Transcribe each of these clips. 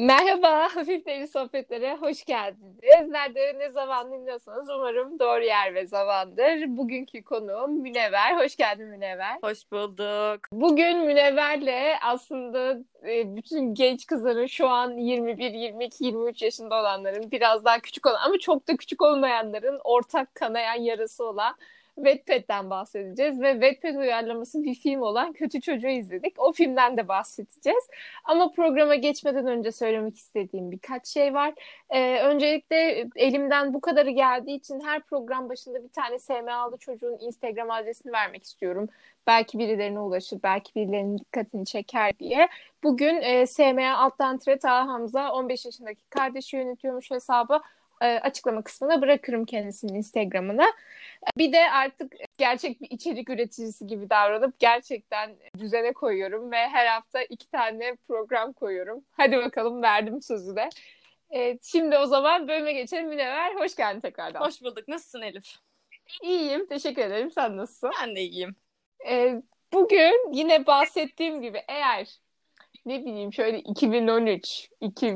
Merhaba, Hafif Deli Sohbetlere hoş geldiniz. Nerede, ne zaman dinliyorsanız umarım doğru yer ve zamandır. Bugünkü konuğum Münevver. Hoş geldin Münevver. Hoş bulduk. Bugün Münevver'le aslında bütün genç kızların şu an 21, 22, 23 yaşında olanların biraz daha küçük olan ama çok da küçük olmayanların ortak kanayan yarası olan Wattpad'den bahsedeceğiz ve Wattpad uyarlaması bir film olan Kötü Çocuğu izledik. O filmden de bahsedeceğiz. Ama programa geçmeden önce söylemek istediğim birkaç şey var. Öncelikle elimden bu kadarı geldiği için her program başında bir tane SMA'lı çocuğun Instagram adresini vermek istiyorum. Belki birilerine ulaşır, belki birilerinin dikkatini çeker diye. Bugün SMA alttan tire Taha Hamza 15 yaşındaki kardeşi yönetiyormuş hesabı. Açıklama kısmına bırakırım kendisinin Instagram'ına. Bir de artık gerçek bir içerik üreticisi gibi davranıp gerçekten düzene koyuyorum ve her hafta 2 tane program koyuyorum. Hadi bakalım, verdim sözü de. Şimdi o zaman bölüme geçelim. Münevver, hoş geldin tekrardan. Hoş bulduk. Nasılsın Elif? İyiyim, teşekkür ederim. Sen nasılsın? Ben de iyiyim. Bugün yine bahsettiğim gibi eğer ne bileyim şöyle 2013,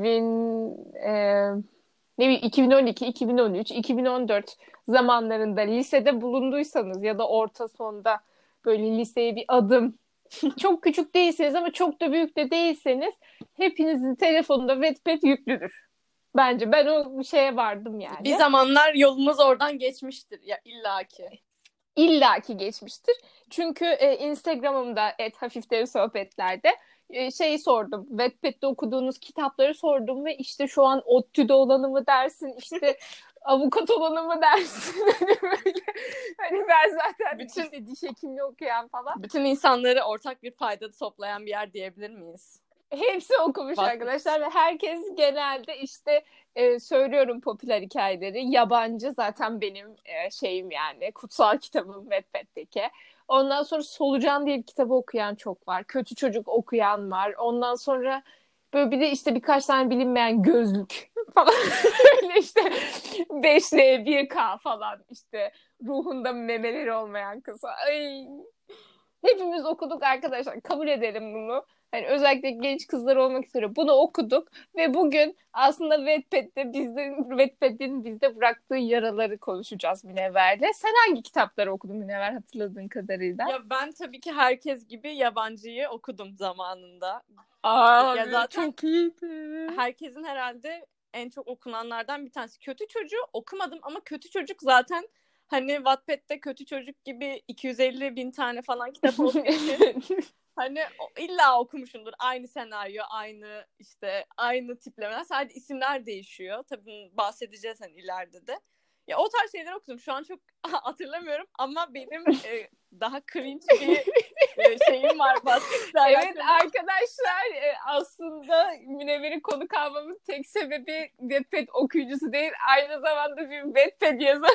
2012, 2013, 2014 zamanlarında lisede bulunduysanız ya da orta sonda böyle liseye bir adım, çok küçük değilseniz ama çok da büyük de değilseniz hepinizin telefonunda Wattpad yüklüdür. Bence ben o şeye vardım yani. Bir zamanlar yolumuz oradan geçmiştir ya illaki. İllaki geçmiştir. Çünkü Instagram'ımda @hafifdevi sohbetlerde şeyi sordum. Wattpad'de okuduğunuz kitapları sordum ve işte şu an ODTÜ'de olanı mı dersin, işte avukat olanı mı dersin? Hani böyle, hani ben zaten işte diş hekimliği okuyan falan. Bütün insanları ortak bir paydada toplayan bir yer diyebilir miyiz? Hepsi okumuş arkadaşlar ve herkes genelde işte söylüyorum popüler hikayeleri. Yabancı zaten benim şeyim yani kutsal kitabım Wattpad'deki. Ondan sonra Solucan diye bir kitabı okuyan çok var. Kötü Çocuk okuyan var. Ondan sonra böyle bir de işte birkaç tane bilinmeyen gözlük falan. Öyle işte 5L 1K falan işte ruhunda memeleri olmayan kız. Ay. Hepimiz okuduk arkadaşlar. Kabul edelim bunu. Hani özellikle genç kızlar olmak üzere bunu okuduk ve bugün aslında Wattpad'in bizde bıraktığı yaraları konuşacağız Münevver'le. Sen hangi kitapları okudun Münevver hatırladığın kadarıyla? Ya ben tabii ki herkes gibi yabancıyı okudum zamanında. Ya zaten çok iyiydi. herkesin herhalde en çok okunanlardan bir tanesi. Kötü Çocuğu okumadım ama Kötü Çocuk zaten hani Wattpad'de Kötü Çocuk gibi 250 bin tane falan kitap olduğu için hani illa okumuşumdur. Aynı senaryo, aynı tiplemeler. Sadece isimler değişiyor. Tabii bahsedeceğiz hani ileride de. Ya o tarz şeyler okudum. Şu an çok hatırlamıyorum ama benim daha cringe bir şeyim var. Evet arkadaşlar, aslında Münevver'in konuk almamın tek sebebi Wattpad okuyucusu değil, aynı zamanda bir Wattpad yazarı.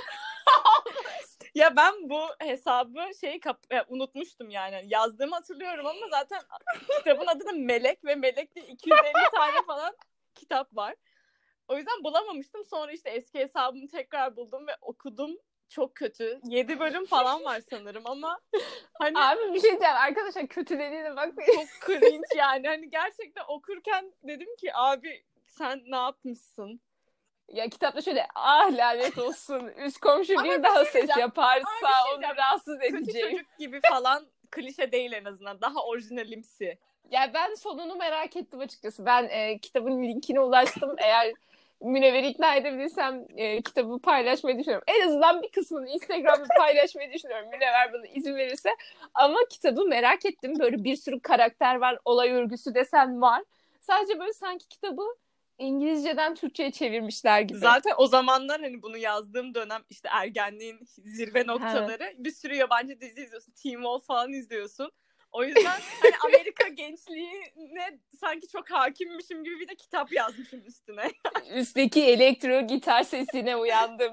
Ya ben bu hesabı unutmuştum yani. Yazdığımı hatırlıyorum ama zaten kitabın adı da Melek ve Melek'te 250 tane falan kitap var. O yüzden bulamamıştım. Sonra işte eski hesabımı tekrar buldum ve okudum. Çok kötü. 7 bölüm falan var sanırım ama hani Abi bir şey diyeceğim arkadaşlar, kötü dediğine bak. çok cringe yani. Hani gerçekten okurken dedim ki abi sen ne yapmışsın? Ya kitapta şöyle lanet olsun üst komşu Ama bir daha şey ses yaparsa onu diyeceğim. rahatsız Kötü edeceğim. çocuk gibi falan klişe değil en azından. Daha orijinalimsi. Ya ben sonunu merak ettim açıkçası. Ben kitabın linkine ulaştım. Eğer Münevver'i ikna edebilirsem kitabı paylaşmayı düşünüyorum. En azından bir kısmını Instagram'da paylaşmayı düşünüyorum. Münevver bana izin verirse. Ama kitabı merak ettim. Böyle bir sürü karakter var. Olay örgüsü desen var. Sadece böyle sanki kitabı İngilizceden Türkçe'ye çevirmişler gibi. Zaten o zamanlar hani bunu yazdığım dönem işte ergenliğin zirve noktaları. Bir sürü yabancı dizi izliyorsun. Teen Wolf falan izliyorsun. O yüzden hani Amerika gençliğine sanki çok hakimmişim gibi bir de kitap yazmışım üstüne. Üstteki elektro gitar sesine uyandım.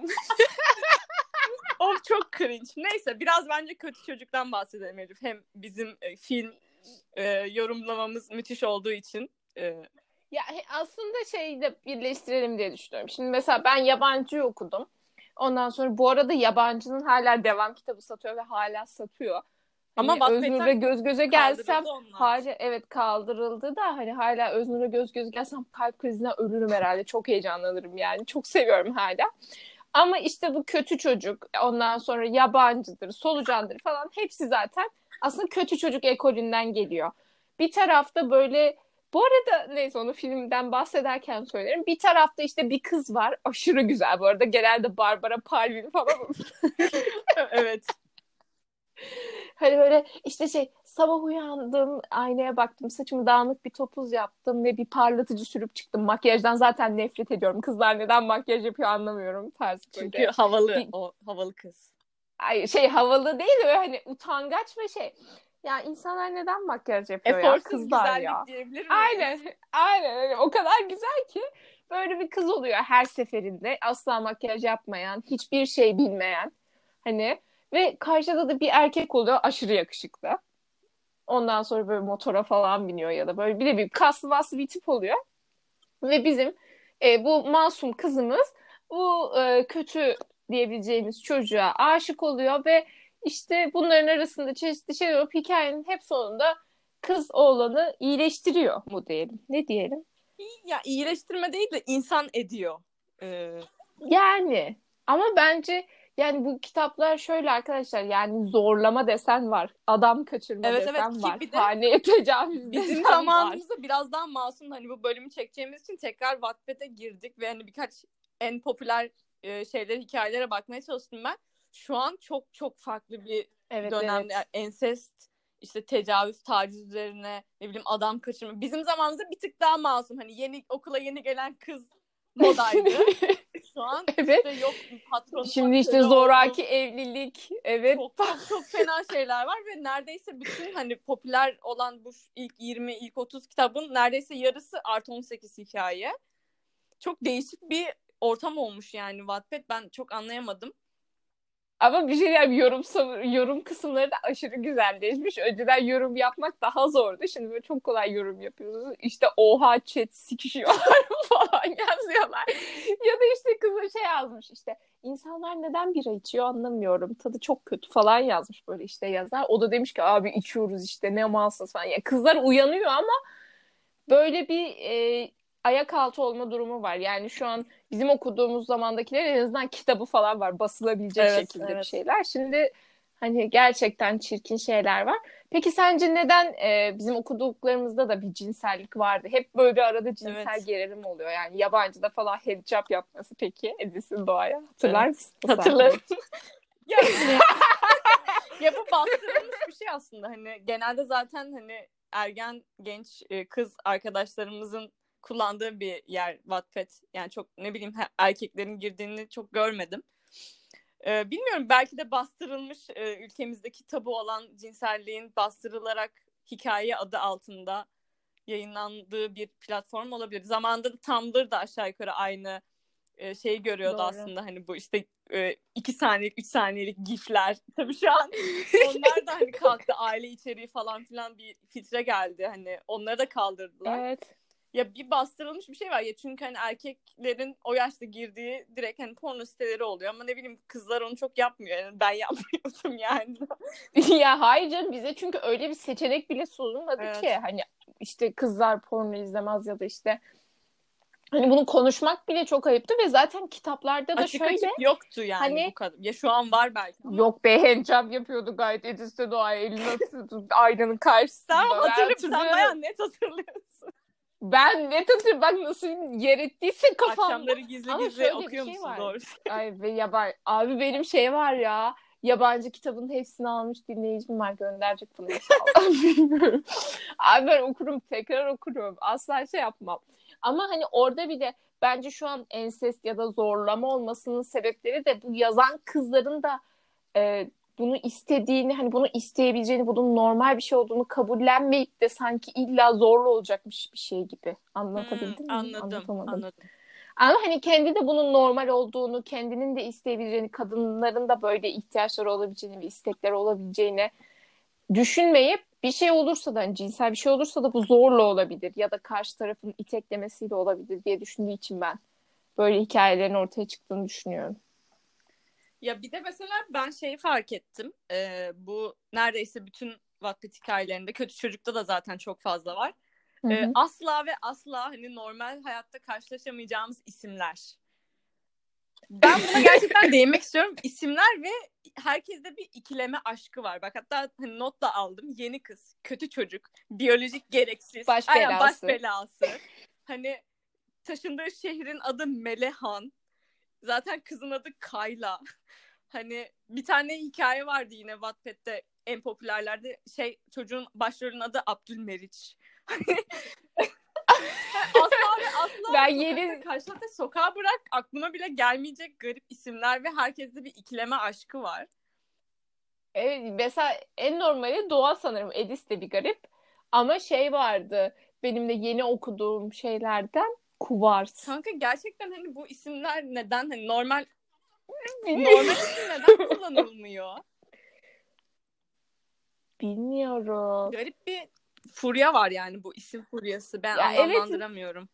Of çok cringe. Neyse biraz bence Kötü Çocuk'tan bahsedelim Elif. Hem bizim film yorumlamamız müthiş olduğu için. Ya aslında şeyi de birleştirelim diye düşünüyorum. Şimdi mesela ben yabancıyı okudum. Ondan sonra bu arada yabancının hala devam kitabı satıyor ve hala satıyor. Ama Hani Öznur'la Wattpad'den göz göze gelsem kaldırıldı onlar. hala, evet, kaldırıldı da hani hala Öznur'la göz göze gelsem kalp krizinden ölürüm herhalde. Çok heyecanlanırım yani. Çok seviyorum hala. Ama işte bu kötü çocuk, ondan sonra yabancıdır, solucandır falan hepsi zaten aslında kötü çocuk ekolünden geliyor. Bir tarafta böyle, bu arada neyse onu filmden bahsederken söylerim. Bir tarafta işte bir kız var, aşırı güzel bu arada. Genelde Barbara Palvin falan. Evet. Hani böyle işte sabah uyandım, aynaya baktım, saçımı dağınık bir topuz yaptım ve bir parlatıcı sürüp çıktım. Makyajdan zaten nefret ediyorum. Kızlar neden makyaj yapıyor anlamıyorum tarzı Çünkü böyle. havalı, Bir, o havalı kız. ay, havalı değil de böyle hani utangaç ve ya insanlar neden makyaj yapıyor ya, Eforsuz kızlar ya. güzellik diyebilir miyiz? Aynen, aynen öyle. O kadar güzel ki böyle bir kız oluyor her seferinde, asla makyaj yapmayan, hiçbir şey bilmeyen hani, ve karşıda da bir erkek oluyor aşırı yakışıklı. Ondan sonra böyle motora falan biniyor ya da böyle bir de bir kaslı vaslı bir tip oluyor. Ve bizim bu masum kızımız bu kötü diyebileceğimiz çocuğa aşık oluyor ve işte bunların arasında çeşitli şeyler olup hikayenin hep sonunda kız oğlanı iyileştiriyor mu diyelim. Ne diyelim? Ya iyileştirme değil de insan ediyor. Yani ama bence yani bu kitaplar şöyle arkadaşlar, yani zorlama desen var. Adam kaçırma Evet evet, desen ki var. bir de Haneye tecavüz bizim desen var. zamanımızda biraz daha masum, hani bu bölümü çekeceğimiz için tekrar Wattpad'e girdik ve hani birkaç en popüler şeyleri, hikayelere bakmaya çalıştım ben. Şu an çok çok farklı bir Evet, dönemde, yani evet. ensest, işte tecavüz, taciz üzerine, ne bileyim adam kaçırma. Bizim zamanımızda bir tık daha masum. Hani okula yeni gelen kız modaydı. Şu an Evet. işte yok patronuma Şimdi işte köle oldum. zoraki evlilik. Evet. Çok çok çok fena şeyler var ve neredeyse bütün hani popüler olan bu ilk 20, ilk 30 kitabın neredeyse yarısı artı 18 hikaye. Çok değişik bir ortam olmuş yani Wattpad. Ben çok anlayamadım. Ama bir şey diyeyim, yorum kısımları da aşırı güzelleşmiş. Önceden yorum yapmak daha zordu. Şimdi böyle çok kolay yorum yapıyorsunuz. İşte oha chat sikişiyorlar falan yazıyorlar. Ya da işte kıza yazmış, işte insanlar neden bira içiyor anlamıyorum. Tadı çok kötü falan yazmış böyle işte yazar. O da demiş ki abi içiyoruz işte, ne malsınız falan. Ya kızlar uyanıyor ama böyle bir ayak altı olma durumu var. Yani şu an bizim okuduğumuz zamandakiler en azından kitabı falan var. Basılabilecek Evet, şekilde bir evet. şeyler. Şimdi hani gerçekten çirkin şeyler var. Peki sence neden bizim okuduklarımızda da bir cinsellik vardı? Hep böyle bir arada cinsel Evet. gerilim oluyor. Yani yabancıda falan handjob yapması peki Edis'in Doğa'ya. Hatırlar Evet. mısın o sahneyi? Hatırlarım. Ya ya bu bastırılmış bir şey aslında. Hani genelde zaten hani ergen genç kız arkadaşlarımızın kullandığı bir yer Wattpad. Yani çok ne bileyim erkeklerin girdiğini çok görmedim. Bilmiyorum, belki de bastırılmış, ülkemizdeki tabu olan cinselliğin bastırılarak hikaye adı altında yayınlandığı bir platform olabilir. Zamanında da Tumblr da aşağı yukarı aynı şeyi görüyordu Doğru. aslında, hani bu işte 2 saniyelik 3 saniyelik gifler. Tabii şu an onlar da hani kalktı, aile içeriği falan filan bir filtre geldi, hani onları da kaldırdılar. Evet. Ya bir bastırılmış bir şey var ya, çünkü hani erkeklerin o yaşta girdiği direkt hani porno siteleri oluyor ama ne bileyim kızlar onu çok yapmıyor, yani ben yapmıyordum yani. Ya hayır canım, bize çünkü öyle bir seçenek bile sunulmadı ki. Evet. Hani işte kızlar porno izlemez ya da işte hani bunu konuşmak bile çok ayıptı ve zaten kitaplarda da Açık şöyle açık yoktu yani bu hani, kadar. Ya şu an var belki ama. yok be, handjob yapıyordu gayet Edis'te Doğa, elini tutup aynanın Sen karşısında, ben hatırlıyorum. Sen hatırlıyorum. bayağı net hatırlıyorsun. Ben ne hatırlıyorum, bak nasıl yer ettiyse kafamda. Akşamları gizli Ama gizli şöyle bir okuyor şey musun var. doğrusu? Ay ve abi benim var ya, yabancı kitabın hepsini almış dinleyicim var, gönderecek bunu inşallah. Bilmiyorum. Abi ben okurum, tekrar okurum, asla yapmam. Ama hani orada bir de bence şu an ensest ya da zorlama olmasının sebepleri de bu yazan kızların da bunu istediğini, hani bunu isteyebileceğini, bunun normal bir şey olduğunu kabullenmeyip de sanki illa zorla olacakmış bir şey gibi. Anlatabildim mi? Anladım, Anlatamadım. anladım. Ama hani kendi de bunun normal olduğunu, kendinin de isteyebileceğini, kadınların da böyle ihtiyaçları olabileceğini ve istekleri olabileceğini düşünmeyip bir şey olursa da, hani cinsel bir şey olursa da bu zorla olabilir ya da karşı tarafın iteklemesiyle olabilir diye düşündüğü için ben böyle hikayelerin ortaya çıktığını düşünüyorum. Ya bir de mesela ben şeyi fark ettim. Bu neredeyse bütün Wattpad hikayelerinde, Kötü Çocuk'ta da zaten çok fazla var. Hı hı. Asla ve asla hani normal hayatta karşılaşamayacağımız isimler. Ben buna gerçekten değinmek istiyorum. İsimler ve herkeste bir ikileme aşkı var. Bak hatta hani not da aldım. Yeni kız, kötü çocuk, biyolojik gereksiz, Baş baş belası. belası. Hani taşındığı şehrin adı Melehan. Zaten kızın adı Kayla. Hani bir tane hikaye vardı yine Wattpad'de en popülerlerde. Çocuğun başrolünün adı Abdülmeriç. Asla ve asla Ben karşılaştığı sokağa bırak aklıma bile gelmeyecek garip isimler ve herkeste bir ikileme aşkı var. Evet, mesela en normali Doğa sanırım. Edis de bir garip. Ama şey vardı. Benim de yeni okuduğum şeylerden Kuvars. Kanka gerçekten hani bu isimler neden hani normal isim neden kullanılmıyor? Bilmiyorum. Garip bir furya var yani bu isim furyası. Ben Ya evet, anlamlandıramıyorum.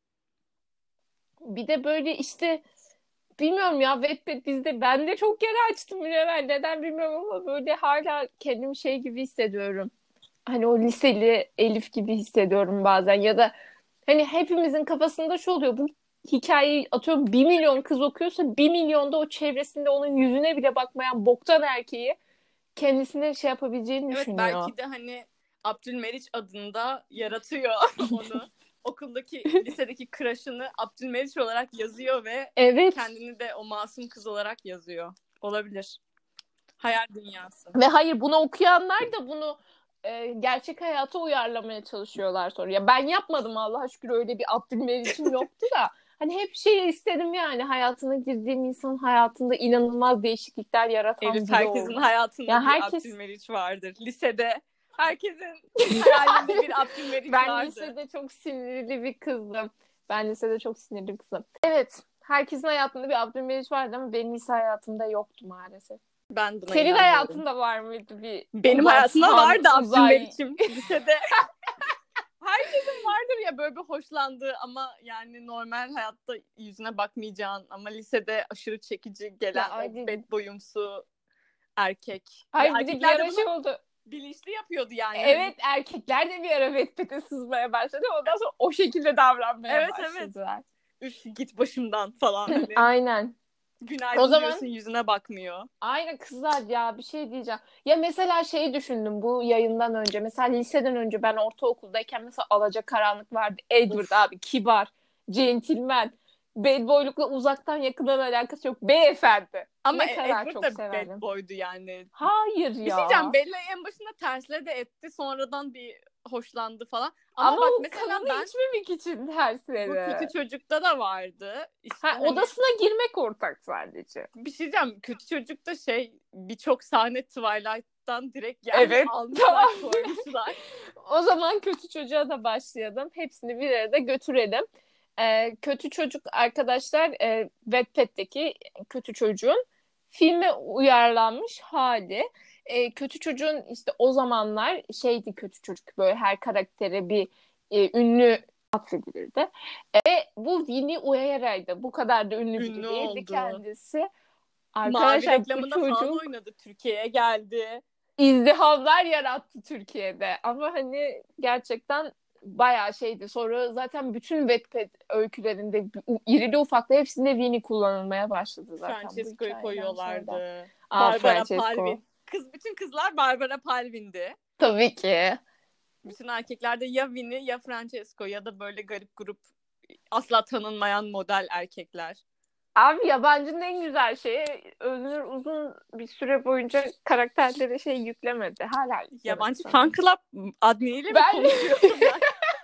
bir de böyle işte bilmiyorum ya, Wattpad bizde ben de çok kere açtım bile, ben neden bilmiyorum ama böyle hala kendimi şey gibi hissediyorum. Hani o liseli Elif gibi hissediyorum bazen, ya da hani hepimizin kafasında şu oluyor: bu hikayeyi atıyorum 1 milyon kız okuyorsa 1 milyonda o çevresinde onun yüzüne bile bakmayan boktan erkeği kendisine şey yapabileceğini Evet düşünüyor. belki de hani Abdülmeriç adında yaratıyor onu. Okuldaki, lisedeki crush'ını Abdülmeriç olarak yazıyor ve Evet. kendini de o masum kız olarak yazıyor. Olabilir. Hayal dünyası. Ve hayır, bunu okuyanlar da bunu gerçek hayata uyarlamaya çalışıyorlar sonra. Ya ben yapmadım Allah'a şükür, öyle bir Abdülmeriç'im yoktu da. Hani hep şey istedim yani, hayatına girdiğim insan hayatında inanılmaz değişiklikler yaratan Elif biri herkesin olmak. hayatında Ya bir herkes, Abdülmeriç vardır. Lisede herkesin hayalinde bir Abdülmeriç ben vardı. lisede çok sinirli bir kızdım. Ben lisede çok sinirli bir kızım. Evet, herkesin hayatında bir Abdülmeriç vardı ama benim lise hayatımda yoktu maalesef. Ben buna Senin inanmıyorum. hayatında var mıydı bir Benim Kuvars hayatımda Han vardı uzay? Abdülmeriç'im lisede. Herkesin vardır ya böyle bir hoşlandığı ama yani normal hayatta yüzüne bakmayacağın ama lisede aşırı çekici Ya gelen o Aydın, bad boyumsu erkek. Ve hayır bir de bir erkekler de ara bunu şey oldu. bilinçli yapıyordu yani hani. Evet, erkekler de bir ara Wattpad'e sızmaya başladı. Ondan sonra o şekilde davranmaya Evet evet. başladılar. Üf git başımdan falan hani. Aynen. O Günaydın diyorsun zaman yüzüne bakmıyor. aynen kızlar, ya bir şey diyeceğim. Ya mesela şeyi düşündüm bu yayından önce. Mesela liseden önce ben ortaokuldayken mesela Alacakaranlık vardı. Edward Of. abi kibar, centilmen. Bad boylukla uzaktan yakından alakası yok. Beyefendi. Ama Ne kadar Edward çok da bad severdim. boydu yani. Hayır Bir şey diyeceğim. ya. Bella en başında tersle de etti. Sonradan bir hoşlandı falan. Ama Ama bak o mesela kanını ben içmemek için bu kötü tersleri. çocukta da vardı. İşte Ha, hani odasına girmek ortak sadece. bir şey diyeceğim. Kötü çocukta birçok sahne Twilight'tan direkt yani Evet, almışlar tamam. koymuşlar. O zaman kötü çocuğa da başlayalım. Hepsini bir arada götürelim. Kötü çocuk arkadaşlar, Wattpad'deki kötü çocuğun filme uyarlanmış hali. Kötü çocuğun işte o zamanlar şeydi, kötü çocuk böyle her karaktere bir ünlü atfedilirdi. Bu Winnie Uera'ydı. Bu kadar da ünlü biri Ünlü değildi oldu. kendisi. Mavi Arkadaşlar bu reklamında falan çocuk oynadı. Türkiye'ye geldi. izdihamlar yarattı Türkiye'de. Ama hani gerçekten bayağı şeydi. Sonra zaten bütün Wattpad öykülerinde irili ufaklı hepsinde Winnie kullanılmaya başladı zaten bu Francesco'yu hikayeden sonra. koyuyorlardı. Aa, Barbara Francesco. Palvin. Bütün kızlar Barbara Palvin'di. Tabii ki. Bütün erkeklerde ya Winnie ya Francesco ya da böyle garip grup asla tanınmayan model erkekler. Abi yabancının en güzel şeyi, Öznur uzun bir süre boyunca karakterlere şey yüklemedi. Hala yüklemedi Yabancı fan sanırım. club adminiyle mi Ben konuşuyorum ben?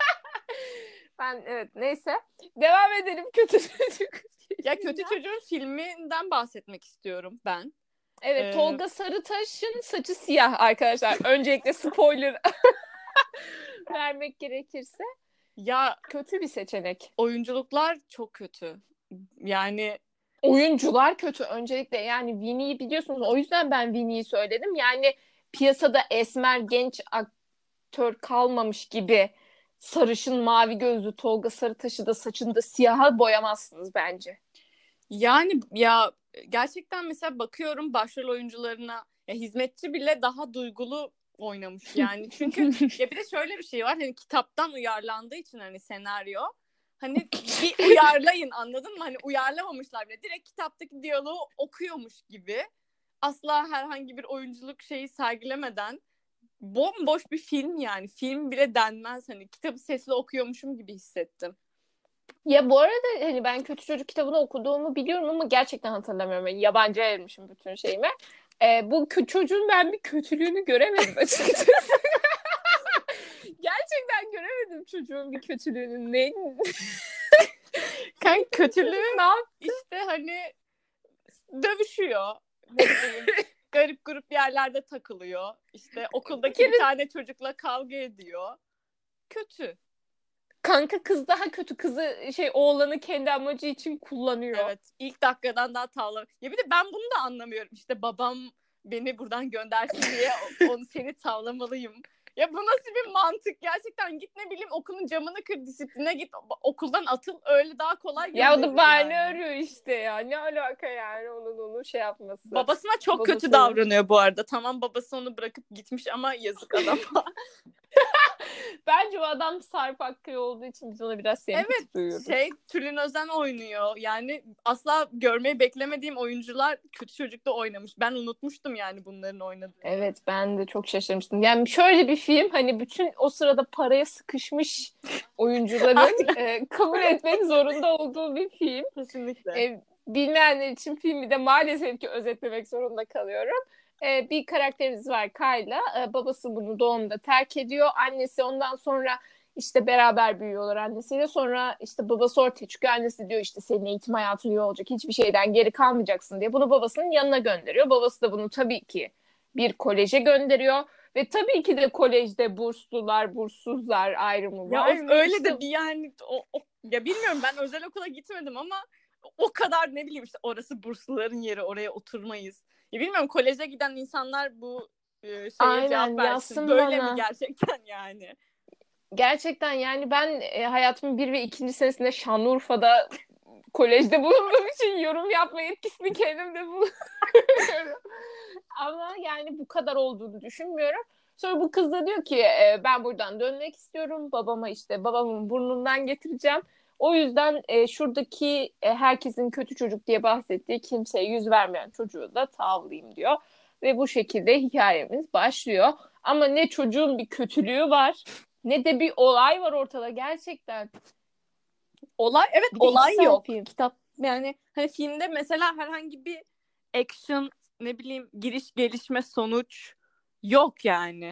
ben evet, neyse. Devam edelim kötü çocuk. Ya kötü çocuğun filminden bahsetmek istiyorum ben. Evet, Ee, Tolga Sarıtaş'ın saçı siyah arkadaşlar. Öncelikle spoiler vermek gerekirse ya kötü bir seçenek. oyunculuklar çok kötü. Yani Oyuncular kötü öncelikle, yani Winnie'yi biliyorsunuz, o yüzden ben Winnie'yi söyledim. Yani piyasada esmer genç aktör kalmamış gibi sarışın mavi gözlü Tolga Sarıtaş'ı da saçını da siyaha boyamazsınız bence. yani ya gerçekten mesela bakıyorum başrol oyuncularına, ya hizmetçi bile daha duygulu oynamış yani. Çünkü ya bir de şöyle bir şey var, hani kitaptan uyarlandığı için hani senaryo, hani bir uyarlayın, anladın mı? Hani uyarlamamışlar bile. Direkt kitaptaki diyaloğu okuyormuş gibi. Asla herhangi bir oyunculuk şeyi sergilemeden bomboş bir film yani. Film bile denmez. Hani kitabı sesli okuyormuşum gibi hissettim. Ya bu arada hani ben Kötü Çocuk kitabını okuduğumu biliyorum ama gerçekten hatırlamıyorum. Yani yabancı ayırmışım bütün şeyimi. Bu çocuğun ben bir kötülüğünü göremedim açıkçası. Gerçekten göremedim çocuğun bir kötülüğünü. Ne? Kanka kötülüğü Ne yap- işte hani dövüşüyor. Ne bileyim, garip grup yerlerde takılıyor. İşte Bir okuldaki bir kere tane çocukla kavga ediyor. Kötü. kanka kız daha kötü. Kızı oğlanı kendi amacı için kullanıyor. Evet. İlk dakikadan daha tavla. Ya bir de ben bunu da anlamıyorum. İşte babam beni buradan göndersin diye onu seni tavlamalıyım. Ya bu nasıl bir mantık? Gerçekten git ne bileyim okulun camını kır, disipline git, okuldan atıl, öyle daha kolay Ya o da gönderilir bahane yani. arıyor işte ya. Ne alaka yani onun şey yapması. Babasına çok kötü Babası. davranıyor bu arada. Tamam, babası onu bırakıp gitmiş ama yazık adama. Bence o adam Sarp Akkaya olduğu için biz ona biraz Evet, sempati duyuyoruz. Tülin Özen oynuyor. Yani asla görmeyi beklemediğim oyuncular Kötü Çocuk'ta oynamış. Ben unutmuştum yani bunların oynadığını. Evet ben de çok şaşırmıştım. Yani şöyle bir film hani bütün o sırada paraya sıkışmış oyuncuların kabul etmek zorunda olduğu bir film. Kesinlikle. Bilmeyenler için filmi de maalesef ki özetlemek zorunda kalıyorum. Bir karakterimiz var Kayla. Babası bunu doğumda terk ediyor. Annesi ondan sonra işte beraber büyüyorlar annesiyle. Sonra işte babası ortaya çıkıyor. Annesi diyor işte senin eğitim hayatın iyi olacak. Hiçbir şeyden geri kalmayacaksın diye. Bunu babasının yanına gönderiyor. Babası da bunu tabii ki bir koleje gönderiyor. Ve tabii ki de kolejde burslular, burssuzlar ayrımı Ya var. of, Ve öyle işte de bir yani ya bilmiyorum, ben özel okula gitmedim ama o kadar ne bileyim işte orası bursluların yeri, oraya oturmayız. Ya bilmiyorum, koleje giden insanlar bu şeye cevap aynen versin. yazsın Böyle mi bana. gerçekten yani? Gerçekten yani ben hayatımın 1 ve 2. senesinde Şanlıurfa'da kolejde bulunduğum için yorum yapma yetkisini kendimde bulunuyorum. Ama yani bu kadar olduğunu düşünmüyorum. Sonra bu kız da diyor ki ben buradan dönmek istiyorum. Babama işte babamın burnundan getireceğim. O yüzden şuradaki herkesin kötü çocuk diye bahsettiği kimseye yüz vermeyen çocuğu da tavlayayım diyor. Ve bu şekilde hikayemiz başlıyor. Ama ne çocuğun bir kötülüğü var ne de bir olay var ortada gerçekten. Olay, evet, Bir de iki olay saat yok. film. Kitap yani hani filmde mesela herhangi bir action, ne bileyim, giriş gelişme sonuç yok yani.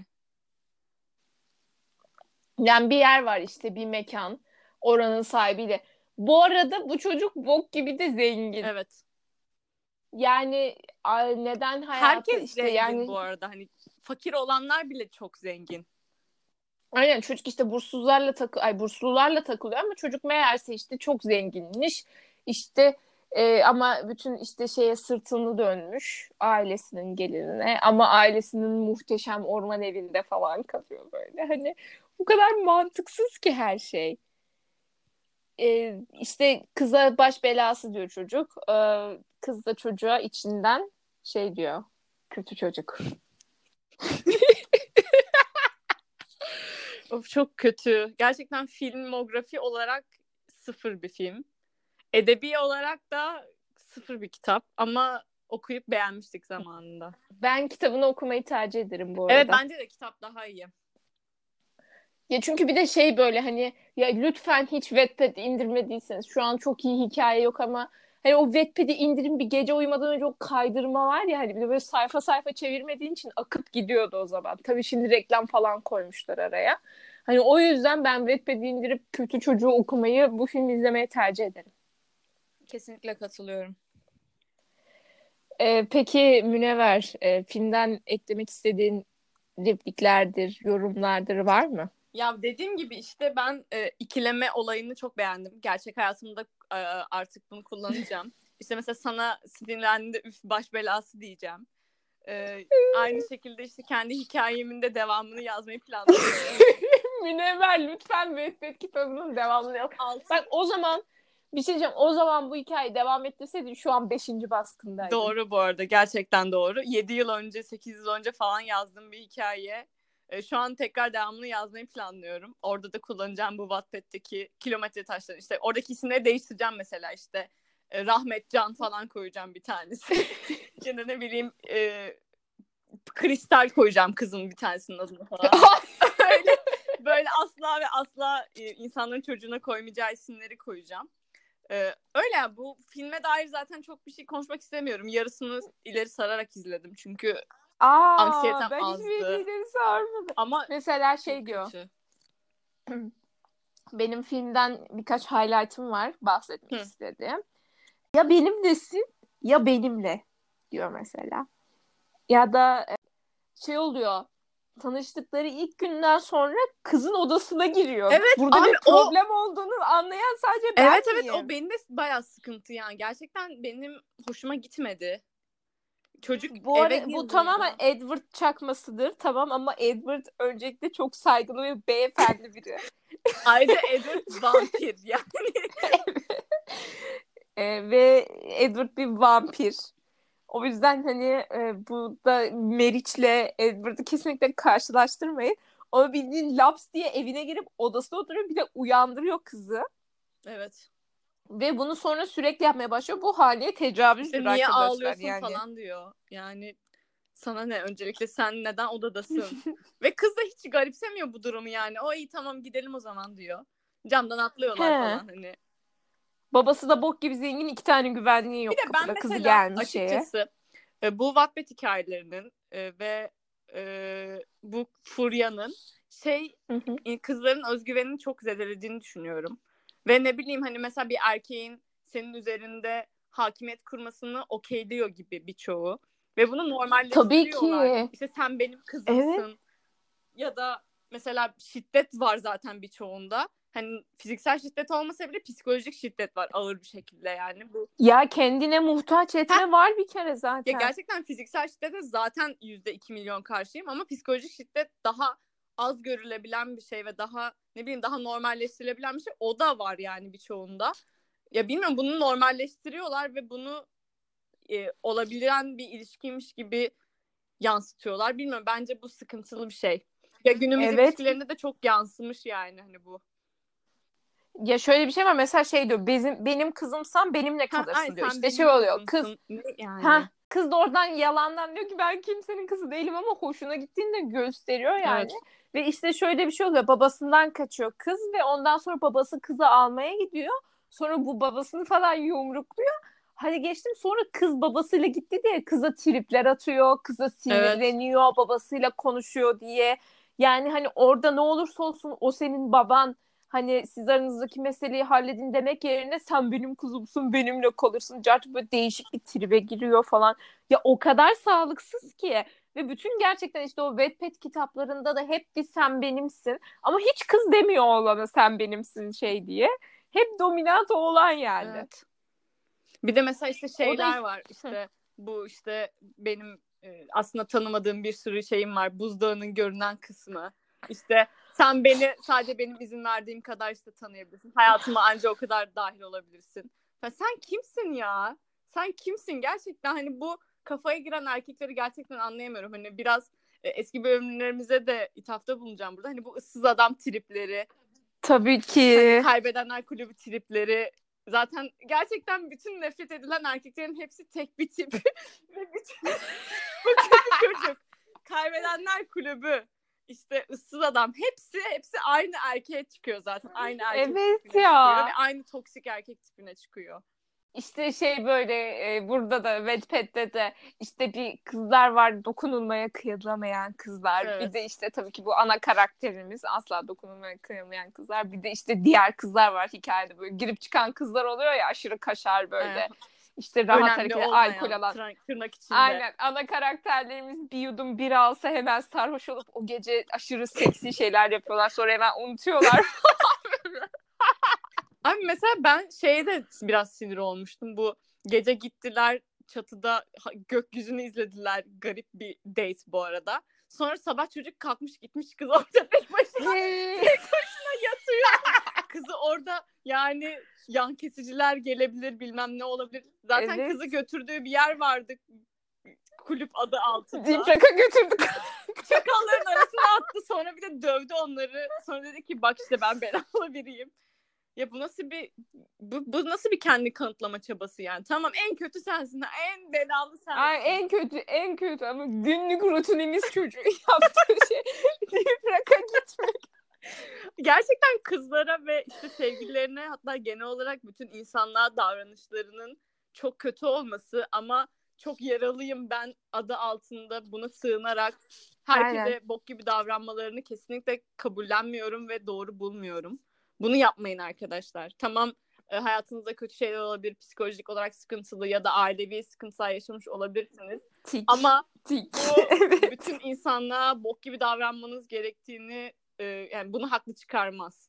Yani bir yer var işte bir mekan. Oranın sahibiyle. Bu arada bu çocuk bok gibi de zengin. Evet. Yani neden hayatı Herkes işte zengin yani bu arada, hani fakir olanlar bile çok zengin. aynen çocuk işte burslularla takılıyor ama çocuk meğerse işte çok zenginmiş. İşte ama bütün işte şeye sırtını dönmüş ailesinin gelirine ama ailesinin muhteşem orman evinde falan kalıyor böyle. Hani bu kadar mantıksız ki her şey. İşte kıza baş belası diyor çocuk. Kız da çocuğa içinden şey diyor. Kötü çocuk. Of, çok kötü. Gerçekten filmografi olarak sıfır bir film. Edebi olarak da sıfır bir kitap ama okuyup beğenmiştik zamanında. Ben kitabını okumayı tercih ederim bu Evet, arada. bence de kitap daha iyi. Ya çünkü bir de şey böyle hani ya lütfen hiç Wattpad indirmediyseniz şu an çok iyi hikaye yok ama hani o Wattpad'i indirin bir gece uyumadan önce o kaydırma var ya hani bir de böyle sayfa sayfa çevirmediğin için akıp gidiyordu o zaman. Tabii şimdi reklam falan koymuşlar araya. Hani o yüzden ben Wattpad'i indirip kötü çocuğu okumayı bu filmi izlemeye tercih ederim. Kesinlikle katılıyorum. Peki Münevver, filmden eklemek istediğin repliklerdir, yorumlardır var mı? Ya dediğim gibi işte ben ikileme olayını çok beğendim. Gerçek hayatımda artık bunu kullanacağım. İşte mesela sana sinirlendiğinde üf baş belası diyeceğim. Aynı şekilde işte kendi hikayemin de devamını yazmayı planlıyorum. Münevver lütfen Wattpad kitabının devamını yap. Altı. Bak o zaman Bir şey diyeceğim. O zaman bu hikayeyi devam ettirseydin şu an 5. baskındaydın. Doğru bu arada. Gerçekten doğru. 7 yıl önce, 8 yıl önce falan yazdığım bir hikaye. Şu an tekrar devamlı yazmayı planlıyorum. Orada da kullanacağım bu Wattpad'deki kilometre taşlarını. İşte oradaki isimleri değiştireceğim mesela işte. Rahmet Can falan koyacağım bir tanesi. Ya da ne bileyim Kristal koyacağım kızın bir tanesinin adını falan. böyle asla ve asla insanların çocuğuna koymayacağı isimleri koyacağım. Öyle yani, bu filme dair zaten çok bir şey konuşmak istemiyorum. Yarısını ileri sararak izledim çünkü anksiyetem Ben azdı. hiçbir ileri sarmadım. Ama mesela şey diyor. kötü. Benim filmden birkaç highlight'ım var bahsetmek istediğim. Ya benimlesin ya benimle diyor mesela. Ya da şey oluyor. Tanıştıkları ilk günden sonra kızın odasına giriyor. Evet Burada abi, bir problem olduğunu anlayan sadece ben evet miyim? o benim de bayağı sıkıntı yani. Gerçekten benim hoşuma gitmedi. Çocuk Bu eve arada bu tamamen girdiğinde. Edward çakmasıdır. Tamam ama Edward öncelikle çok saygılı ve beyefendi biri. Ayrıca Edward vampir yani. Ve Edward bir vampir. O yüzden hani bu da Meriç'le Edward'ı kesinlikle karşılaştırmayın. O bildiğin laps diye evine girip odasına oturuyor, bir de uyandırıyor kızı. Evet. Ve bunu sonra sürekli yapmaya başlıyor. Bu Hale'ye tecavüzdür İşte niye arkadaşlar ağlıyorsun yani. falan diyor. Yani sana ne, öncelikle sen neden odadasın? Ve kız da hiç garipsemiyor bu durumu yani. O iyi, tamam gidelim o zaman diyor. Camdan atlıyorlar He. falan hani. Babası da bok gibi zengin, 2 tane güvenliği Bir yok de ben kapıda. Kızı mesela gelmiş şeye. açıkçası bu Wattpad hikayelerinin ve bu furyanın kızların özgüvenini çok zedelediğini düşünüyorum. Ve ne bileyim hani mesela bir erkeğin senin üzerinde hakimiyet kurmasını okeyliyor gibi birçoğu. Ve bunu Tabii normalleştiriyorlar. ki. İşte sen benim Evet. kızımsın. Ya da mesela şiddet var zaten birçoğunda. Hani fiziksel şiddet olmasa bile psikolojik şiddet var ağır bir şekilde yani. Bu Ya kendine muhtaç etme var bir kere ya zaten. gerçekten fiziksel şiddete zaten %2 milyon karşıyım ama psikolojik şiddet daha az görülebilen bir şey ve daha ne bileyim daha normalleştirilebilen bir şey. O da var yani birçoğunda. Ya bilmiyorum, bunu normalleştiriyorlar ve bunu olabilen bir ilişkiymiş gibi yansıtıyorlar. Bilmiyorum, bence bu sıkıntılı bir şey. Ya günümüz Evet. ilişkilerinde de çok yansımış yani hani bu. Ya şöyle bir şey var, mesela şey diyor, benim kızımsan benimle Ay kalırsın diyor. sen İşte benim şey oluyor, kız kızımsın. Ne yani? kız da oradan yalandan diyor ki ben kimsenin kızı değilim, ama hoşuna gittiğini de gösteriyor yani. Evet. Ve işte şöyle bir şey oluyor, babasından kaçıyor kız ve ondan sonra babası kızı almaya gidiyor. Sonra bu babasını falan yumrukluyor. Hani geçtim, sonra kız babasıyla gitti diye kıza tripler atıyor, kıza Evet. sinirleniyor, babasıyla konuşuyor diye. Yani hani orada ne olursa olsun o senin baban, hani siz aranızdaki meseleyi halledin demek yerine sen benim kuzumsun, benimle kalırsın. Artık böyle değişik bir tribe giriyor falan. Ya o kadar sağlıksız ki. Ve bütün gerçekten işte o Wattpad kitaplarında da hep bir sen benimsin. Ama hiç kız demiyor oğlana sen benimsin şey diye. Hep dominant oğlan yani. Evet. Bir de mesela işte O da şeyler var işte bu işte benim aslında tanımadığım bir sürü şeyim var. Buzdağının görünen kısmı. İşte sen beni sadece benim izin verdiğim kadar işte tanıyabilirsin. Hayatıma anca o kadar dahil olabilirsin. Ya sen kimsin ya? Sen kimsin? Gerçekten hani bu kafaya giren erkekleri gerçekten anlayamıyorum. Hani biraz eski bölümlerimize de ithafta bulunacağım burada. Hani bu ıssız adam tripleri, tabii hani ki. kaybedenler kulübü tripleri. Zaten gerçekten bütün nefret edilen erkeklerin hepsi tek bir tip. Ve bütün bu kötü çocuk. Kaybedenler kulübü. İşte ıssız adam. Hepsi aynı erkeğe çıkıyor zaten. Aynı erkek Evet tipine çıkıyor. Ve ya. aynı toksik erkek tipine çıkıyor. İşte şey böyle burada da Wattpad'de de işte bir kızlar var, dokunulmaya kıyılamayan kızlar. Bir Evet. de işte tabii ki bu ana karakterimiz, asla dokunulmaya kıyılmayan kızlar. Bir de işte diğer kızlar var hikayede, böyle girip çıkan kızlar oluyor ya, aşırı kaşar böyle. İşte rahat Önemli hareket, alkol olmayan alan. tırnak içinde. Aynen, ana karakterlerimiz bir yudum bira alsa hemen sarhoş olup o gece aşırı seksi şeyler yapıyorlar. Sonra hemen unutuyorlar. Abi mesela ben şeye de biraz sinir olmuştum. Bu gece gittiler çatıda gökyüzünü izlediler. Garip bir date bu arada. Sonra sabah çocuk kalkmış gitmiş, kız orada tek başına yatıyor. Kız kızı orada yani yan kesiciler gelebilir, bilmem ne olabilir. Zaten Evet. kızı götürdüğü bir yer vardı. Kulüp adı altında. Deep Rock'a götürdük. Çakalların arasına attı. Sonra bir de dövdü onları. Sonra dedi ki bak işte ben belalı biriyim. Ya bu nasıl bir bu nasıl bir kendi kanıtlama çabası yani? Tamam en kötü sensin. En belalı sensin. Ay, en kötü ama günlük rutinimiz çocuğu yaptığı şey Deep Rock'a gitmek. Gerçekten kızlara ve işte sevgililerine, hatta genel olarak bütün insanlığa davranışlarının çok kötü olması ama çok yaralıyım ben adı altında buna sığınarak herkese Aynen. bok gibi davranmalarını kesinlikle kabullenmiyorum ve doğru bulmuyorum. Bunu yapmayın arkadaşlar. Tamam, hayatınızda kötü şeyler olabilir, psikolojik olarak sıkıntılı ya da ailevi sıkıntılar yaşamış olabilirsiniz. Ama Tik. bu bütün insanlığa bok gibi davranmanız gerektiğini, yani bunu haklı çıkarmaz.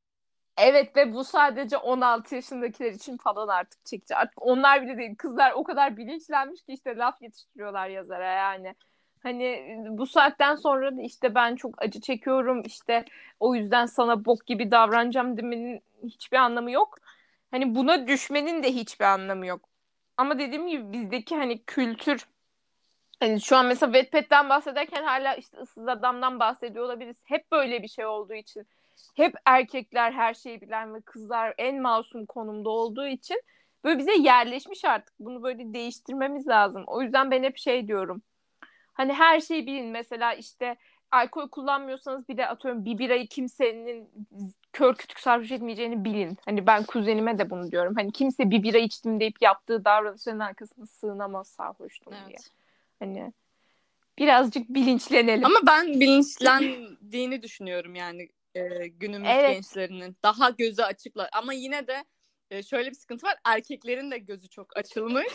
Evet ve bu sadece 16 yaşındakiler için falan artık çekici. Artık onlar bile değil. Kızlar o kadar bilinçlenmiş ki işte laf yetiştiriyorlar yazara yani. Hani bu saatten sonra da işte ben çok acı çekiyorum işte o yüzden sana bok gibi davranacağım demenin hiçbir anlamı yok. Hani buna düşmenin de hiçbir anlamı yok. Ama dediğim gibi bizdeki hani kültür, hani şu an mesela Wattpad'den bahsederken hala işte ıssız adamdan bahsediyor olabiliriz. Hep böyle bir şey olduğu için. Hep erkekler her şeyi bilen ve kızlar en masum konumda olduğu için böyle bize yerleşmiş artık. Bunu böyle değiştirmemiz lazım. O yüzden ben hep şey diyorum. Hani her şeyi bilin. Mesela işte alkol kullanmıyorsanız bir de atıyorum bir birayı kimsenin kör kütük sarhoş etmeyeceğini bilin. Hani ben kuzenime de bunu diyorum. Hani kimse bir bira içtim deyip yaptığı davranışların arkasına sığınamaz sarhoştum diye. Evet. Hani birazcık bilinçlenelim. Ama ben bilinçlendiğini düşünüyorum yani günümüz Evet. gençlerinin daha gözü açıklar. Ama yine de şöyle bir sıkıntı var. Erkeklerin de gözü çok açılmış.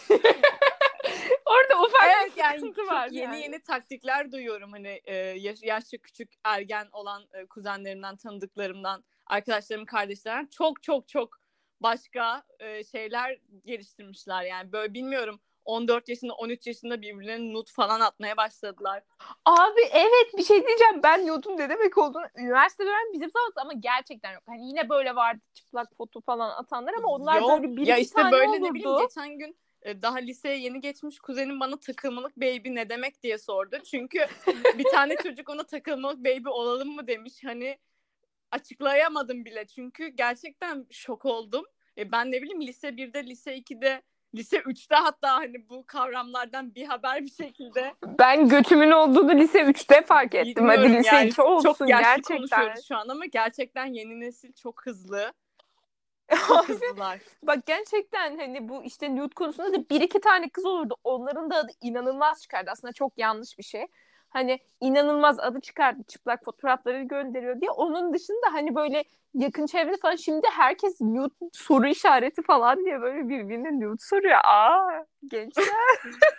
Orada ufak Evet bir yani sıkıntı çok var yeni yani. yeni taktikler duyuyorum. Hani yaşça küçük ergen olan kuzenlerimden, tanıdıklarımdan, arkadaşlarımın kardeşlerimden çok çok çok başka şeyler geliştirmişler. Yani böyle bilmiyorum 14 yaşında 13 yaşında birbirlerine nude falan atmaya başladılar. Abi evet, bir şey diyeceğim. Ben nudum ne demek olduğunu üniversitede öğrendim bizim zamanımızda ama gerçekten yok. Hani yine böyle vardı çıplak foto falan atanlar ama onlar Yok böyle bir ya iki işte tane böyle ne bileyim olurdu. geçen gün daha liseye yeni geçmiş kuzenim bana takılmalık baby ne demek diye sordu. Çünkü bir tane çocuk ona takılmalık baby olalım mı demiş. Hani açıklayamadım bile çünkü gerçekten şok oldum. Ben ne bileyim lise 1'de, lise 2'de, lise 3'te hatta hani bu kavramlardan bir haber bir şekilde Ben götümün olduğunu lise 3'te fark ettim. Hadi bilmiyorum lise yani 2 çok olsun yaşlı gerçekten. konuşuyoruz şu an ama gerçekten yeni nesil çok hızlı. Çok hızlılar. Bak gerçekten hani bu işte nude konusunda da bir iki tane kız olurdu. Onların da adı inanılmaz çıkardı. Aslında çok yanlış bir şey. Hani inanılmaz adı çıkardı. Çıplak fotoğrafları gönderiyor diye. Onun dışında hani böyle yakın çevrede falan şimdi herkes nude soru işareti falan diye böyle birbirine nude soruyor. Aa, gençler.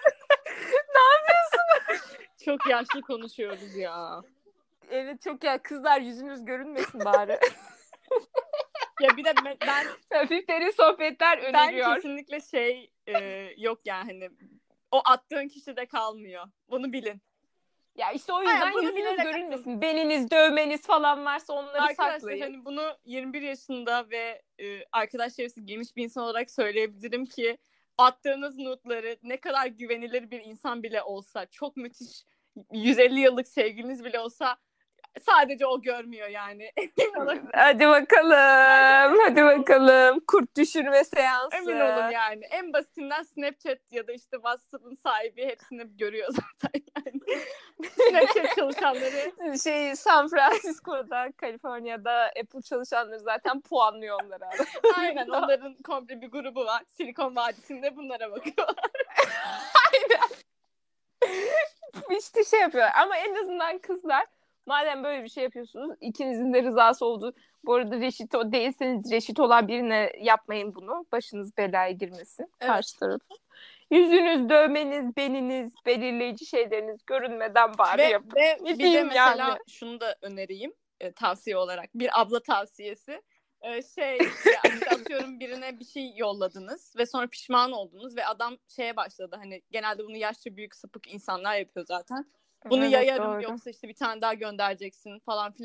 Çok yaşlı konuşuyoruz ya. Evet çok ya, kızlar yüzünüz görünmesin bari. Ya bir de ben Hafif derin sohbetler ben öneriyor. kesinlikle yok yani hani o attığın kişide kalmıyor. Bunu bilin. Ya işte o Aynen yüzden bunu yüzünüz bilerek atın. görünmesin. Beliniz, dövmeniz falan varsa onları Arkadaşlar saklayın. hani bunu 21 yaşında ve arkadaş çevresi geniş bir insan olarak söyleyebilirim ki attığınız notları ne kadar güvenilir bir insan bile olsa, çok müthiş 150 yıllık sevgiliniz bile olsa sadece o görmüyor yani. Hadi bakalım. Hadi bakalım. Kurt düşürme Emin olun seansı. yani. En basitinden Snapchat ya da işte WhatsApp'ın sahibi hepsini görüyor zaten yani. Snapchat çalışanları. San Francisco'da, Kaliforniya'da Apple çalışanları zaten puanlıyor onları Aynen aralarında. onların komple bir grubu var. Silikon Vadisi'nde bunlara bakıyorlar. Aynen. İşte şey yapıyor. Ama en azından kızlar madem böyle bir şey yapıyorsunuz, ikinizin de rızası oldu. Bu arada reşit değilseniz reşit olan birine yapmayın bunu. Başınız belaya girmesin. Evet. Karşı tarafı. Yüzünüz, dövmeniz, beniniz, belirleyici şeyleriniz görünmeden bari yapın. Ve Ne bir de diyeyim mesela yani? şunu da önereyim tavsiye olarak. Bir abla tavsiyesi. Ya işte atıyorum birine bir şey yolladınız ve sonra pişman oldunuz ve adam şeye başladı. Hani genelde bunu yaşça büyük sapık insanlar yapıyor zaten. Bunu Evet yayarım doğru. yoksa işte bir tane daha göndereceksin falan filan.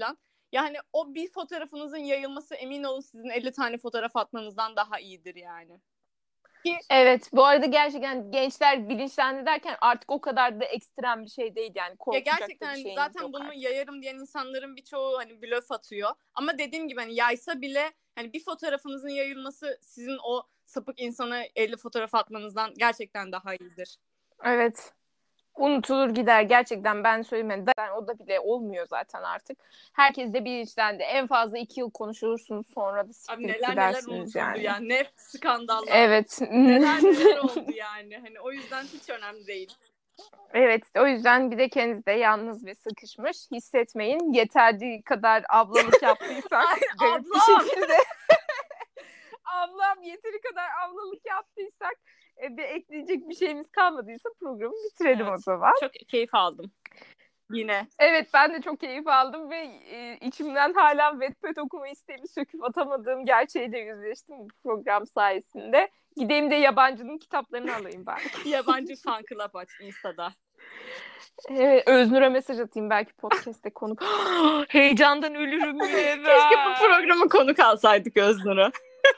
Yani o bir fotoğrafınızın yayılması emin olun sizin 50 tane fotoğraf atmanızdan daha iyidir yani. Evet, bu arada gerçekten gençler bilinçlendi derken artık o kadar da ekstrem bir şey değil yani, Ya korkacak da bir gerçekten şeyiniz zaten yok bunu artık. yayarım diyen insanların birçoğu hani blöf atıyor. Ama dediğim gibi hani yaysa bile hani bir fotoğrafınızın yayılması sizin o sapık insana 50 fotoğraf atmanızdan gerçekten daha iyidir. Evet. Unutulur gider gerçekten, ben söylemedim. Zaten o da bile olmuyor zaten artık. Herkes de bilinçlendi. En fazla 2 yıl konuşursunuz, sonra da Abi siktirip neler neler gidersiniz unutuldu yani. ya. Ne skandallar. Evet. Neler neler oldu yani. Hani o yüzden hiç önemli değil. Evet, o yüzden bir de kendinizi de yalnız ve sıkışmış hissetmeyin. Yeterli kadar ablalık yaptıysak Ay garip bir ablam. şekilde ablam yeteri kadar ablalık yaptıysak ve ekleyecek bir şeyimiz kalmadıysa programı bitirelim o Evet. zaman. Çok keyif aldım. Yine. Evet, ben de çok keyif aldım ve içimden hala Wattpad okuma isteğimi söküp atamadığım gerçeğiyle yüzleştim bu program sayesinde. Gideyim de yabancının kitaplarını alayım ben. Yabancı fan club aç Insta'da. Evet, Öznur'a mesaj atayım, belki podcast'te konuk. Heyecandan ölürüm Keşke bu Münevver. programa konuk alsaydık Öznur'u.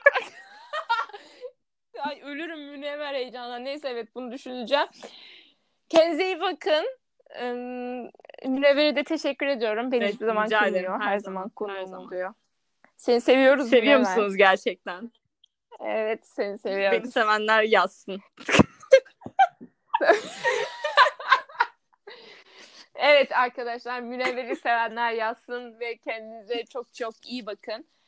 Ay, ölürüm Münevver heyecandan. Neyse, evet, bunu düşüneceğim. Kendinize iyi bakın. Münevver'e de teşekkür ediyorum. Beni Evet, hiçbir zaman rica ederim. kırmıyor. Her Her zaman zaman. Her konuğum zaman. oluyor. Seni seviyoruz Seviyor Münevver. musunuz gerçekten? Evet, seni Beni seviyoruz. sevenler yazsın. Evet arkadaşlar, Münevver'i sevenler yazsın ve kendinize çok çok iyi bakın.